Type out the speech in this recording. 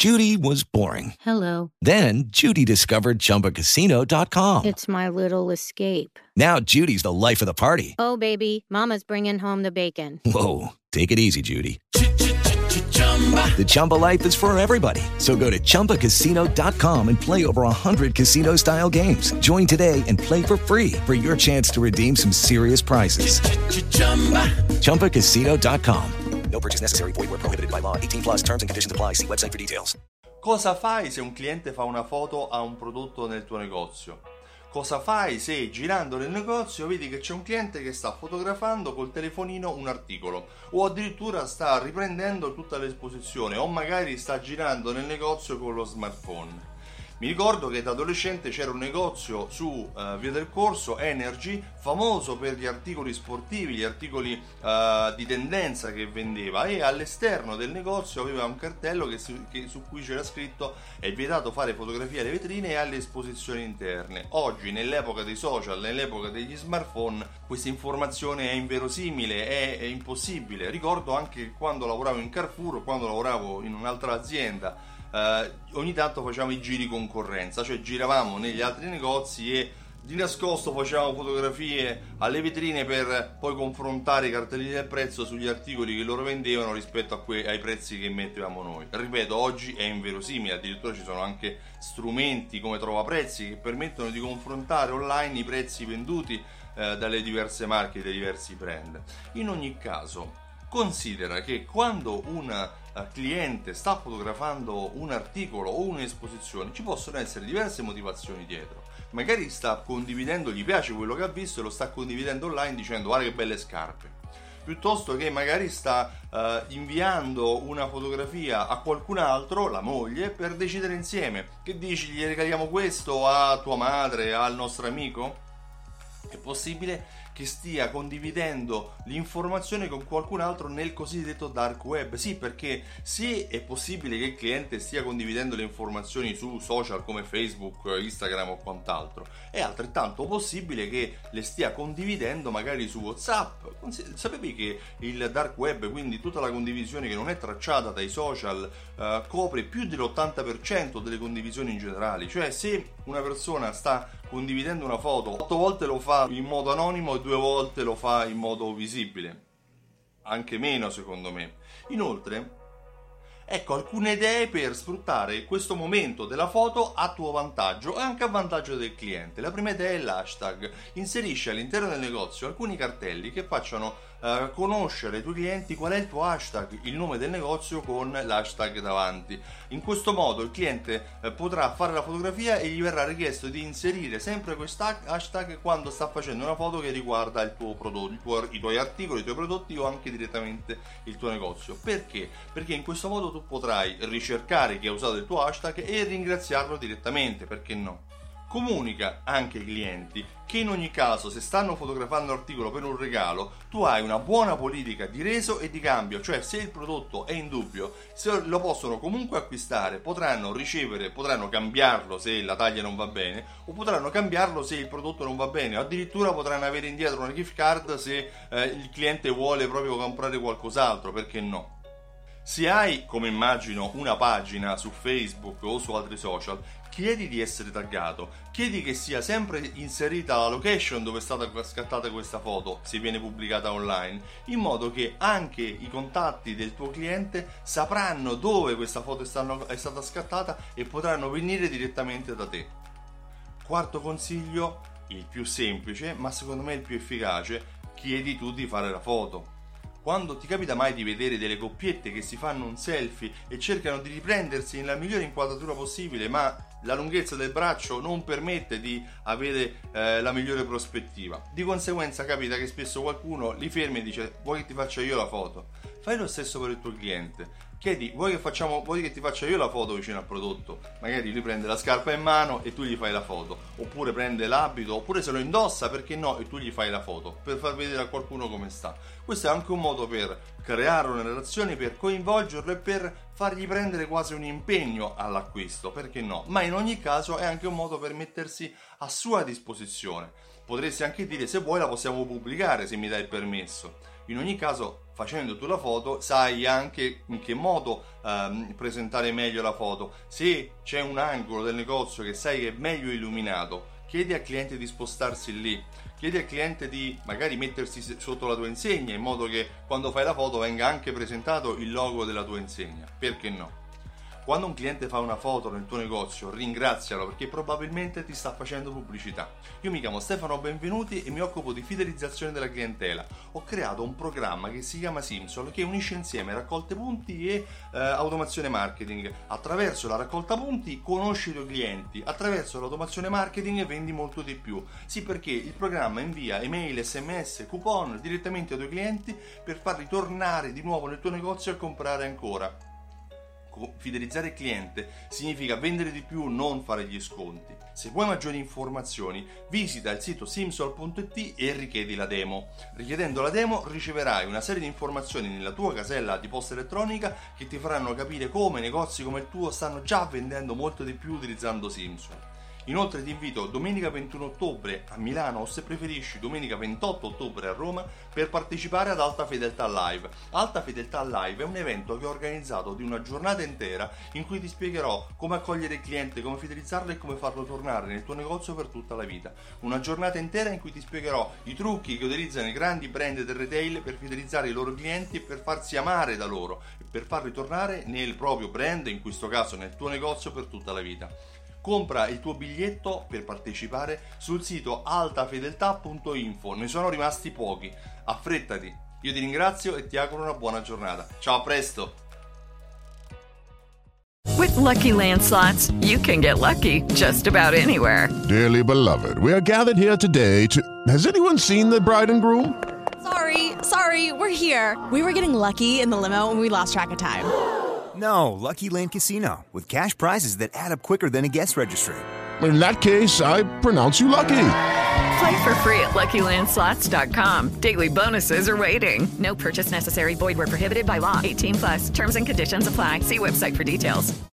Judy was boring. Hello. Then Judy discovered ChumbaCasino.com. It's my little escape. Now Judy's the life of the party. Oh, baby, mama's bringing home the bacon. Whoa, take it easy, Judy. The Chumba life is for everybody. So go to ChumbaCasino.com and play over 100 casino-style games. Join today and play for free for your chance to redeem some serious prizes. ChumbaCasino.com. No purchase necessary. Void where prohibited by law. 18 plus terms and conditions apply. See website for details. Cosa fai se un cliente fa una foto a un prodotto nel tuo negozio? Cosa fai se girando nel negozio vedi che c'è un cliente che sta fotografando col telefonino un articolo o addirittura sta riprendendo tutta l'esposizione o magari sta girando nel negozio con lo smartphone? Mi ricordo che da adolescente c'era un negozio su Via del Corso, Energy, famoso per gli articoli sportivi, gli articoli di tendenza che vendeva, e all'esterno del negozio aveva un cartello su cui c'era scritto: è vietato fare fotografie alle vetrine e alle esposizioni interne. Oggi, nell'epoca dei social, nell'epoca degli smartphone, questa informazione è inverosimile, è impossibile. Ricordo anche quando lavoravo in Carrefour, quando lavoravo in un'altra azienda, ogni tanto facciamo i giri concorrenza, cioè giravamo negli altri negozi e di nascosto facevamo fotografie alle vetrine per poi confrontare i cartellini del prezzo sugli articoli che loro vendevano rispetto ai prezzi che mettevamo noi. Ripeto, oggi è inverosimile, addirittura ci sono anche strumenti come Trovaprezzi che permettono di confrontare online i prezzi venduti dalle diverse marche, dai diversi brand. In ogni caso, considera che quando un cliente sta fotografando un articolo o un'esposizione ci possono essere diverse motivazioni dietro. Magari sta condividendo, gli piace quello che ha visto e lo sta condividendo online dicendo: guarda che belle scarpe, piuttosto che magari sta inviando una fotografia a qualcun altro, la moglie, per decidere insieme: che dici, gli regaliamo questo a tua madre, al nostro amico? È possibile che stia condividendo l'informazione con qualcun altro nel cosiddetto dark web. Sì, perché se è possibile che il cliente stia condividendo le informazioni su social come Facebook, Instagram o quant'altro, è altrettanto possibile che le stia condividendo magari su WhatsApp. Sapevi che il dark web, quindi tutta la condivisione che non è tracciata dai social, copre più dell'80% delle condivisioni in generale? Cioè, se una persona sta condividendo una foto, 8 volte lo fa in modo anonimo e 2 volte lo fa in modo visibile, anche meno secondo me. Inoltre, ecco alcune idee per sfruttare questo momento della foto a tuo vantaggio e anche a vantaggio del cliente. La prima idea è l'hashtag. Inserisci all'interno del negozio alcuni cartelli che facciano conoscere ai tuoi clienti qual è il tuo hashtag, il nome del negozio con l'hashtag davanti. In questo modo il cliente potrà fare la fotografia e gli verrà richiesto di inserire sempre questo hashtag quando sta facendo una foto che riguarda il tuo prodotto, i tuoi articoli, i tuoi prodotti o anche direttamente il tuo negozio. Perché? Perché in questo modo tu potrai ricercare chi ha usato il tuo hashtag e ringraziarlo direttamente, perché no? Comunica anche ai clienti che in ogni caso, se stanno fotografando l'articolo per un regalo, tu hai una buona politica di reso e di cambio, cioè se il prodotto è in dubbio, se lo possono comunque acquistare, potranno ricevere, potranno cambiarlo se la taglia non va bene, o potranno cambiarlo se il prodotto non va bene, o addirittura potranno avere indietro una gift card se il cliente vuole proprio comprare qualcos'altro, perché no? Se hai, come immagino, una pagina su Facebook o su altri social, chiedi di essere taggato, chiedi che sia sempre inserita la location dove è stata scattata questa foto, se viene pubblicata online, in modo che anche i contatti del tuo cliente sapranno dove questa foto è stata scattata e potranno venire direttamente da te. Quarto consiglio, il più semplice, ma secondo me il più efficace: chiedi tu di fare la foto. Quando ti capita mai di vedere delle coppiette che si fanno un selfie e cercano di riprendersi nella migliore inquadratura possibile, ma la lunghezza del braccio non permette di avere la migliore prospettiva? Di conseguenza capita che spesso qualcuno li fermi e dice: vuoi che ti faccia io la foto? Fai lo stesso per il tuo cliente. Chiedi: vuoi che ti faccia io la foto vicino al prodotto? Magari lui prende la scarpa in mano e tu gli fai la foto, oppure prende l'abito, oppure se lo indossa, perché no, e tu gli fai la foto per far vedere a qualcuno come sta. Questo è anche un modo per creare una relazione, per coinvolgerlo e per fargli prendere quasi un impegno all'acquisto, perché no? Ma in ogni caso è anche un modo per mettersi a sua disposizione. Potresti anche dire: se vuoi la possiamo pubblicare, se mi dai il permesso. In ogni caso, facendo tu la foto, sai anche in che modo presentare meglio la foto. Se c'è un angolo del negozio che sai che è meglio illuminato, chiedi al cliente di spostarsi lì, chiedi al cliente di magari mettersi sotto la tua insegna, in modo che quando fai la foto venga anche presentato il logo della tua insegna. Perché no? Quando un cliente fa una foto nel tuo negozio, ringrazialo, perché probabilmente ti sta facendo pubblicità. Io mi chiamo Stefano Benvenuti e mi occupo di fidelizzazione della clientela. Ho creato un programma che si chiama Simsol, che unisce insieme raccolte punti e automazione marketing. Attraverso la raccolta punti conosci i tuoi clienti, attraverso l'automazione marketing vendi molto di più. Sì, perché il programma invia email, sms, coupon direttamente ai tuoi clienti per farli tornare di nuovo nel tuo negozio e comprare ancora. Fidelizzare il cliente significa vendere di più, non fare gli sconti. Se vuoi maggiori informazioni, visita il sito simsol.it e richiedi la demo. Richiedendo la demo riceverai una serie di informazioni nella tua casella di posta elettronica che ti faranno capire come negozi come il tuo stanno già vendendo molto di più utilizzando Simsol. Inoltre ti invito domenica 21 ottobre a Milano, o se preferisci domenica 28 ottobre a Roma, per partecipare ad Alta Fedeltà Live. Alta Fedeltà Live è un evento che ho organizzato di una giornata intera in cui ti spiegherò come accogliere il cliente, come fidelizzarlo e come farlo tornare nel tuo negozio per tutta la vita. Una giornata intera in cui ti spiegherò i trucchi che utilizzano i grandi brand del retail per fidelizzare i loro clienti e per farsi amare da loro e per farli tornare nel proprio brand, in questo caso nel tuo negozio, per tutta la vita. Compra il tuo biglietto per partecipare sul sito altafedeltà.info. Ne sono rimasti pochi. Affrettati. Io ti ringrazio e ti auguro una buona giornata. Ciao, a presto. With Lucky Land Slots, you can get lucky just about anywhere. Dearly beloved, we are gathered here today to... Has anyone seen the bride and groom? Sorry, we're here. We were getting lucky in the limo and we lost track of time. No, Lucky Land Casino, with cash prizes that add up quicker than a guest registry. In that case, I pronounce you lucky. Play for free at LuckyLandSlots.com. Daily bonuses are waiting. No purchase necessary. Void where prohibited by law. 18+. Terms and conditions apply. See website for details.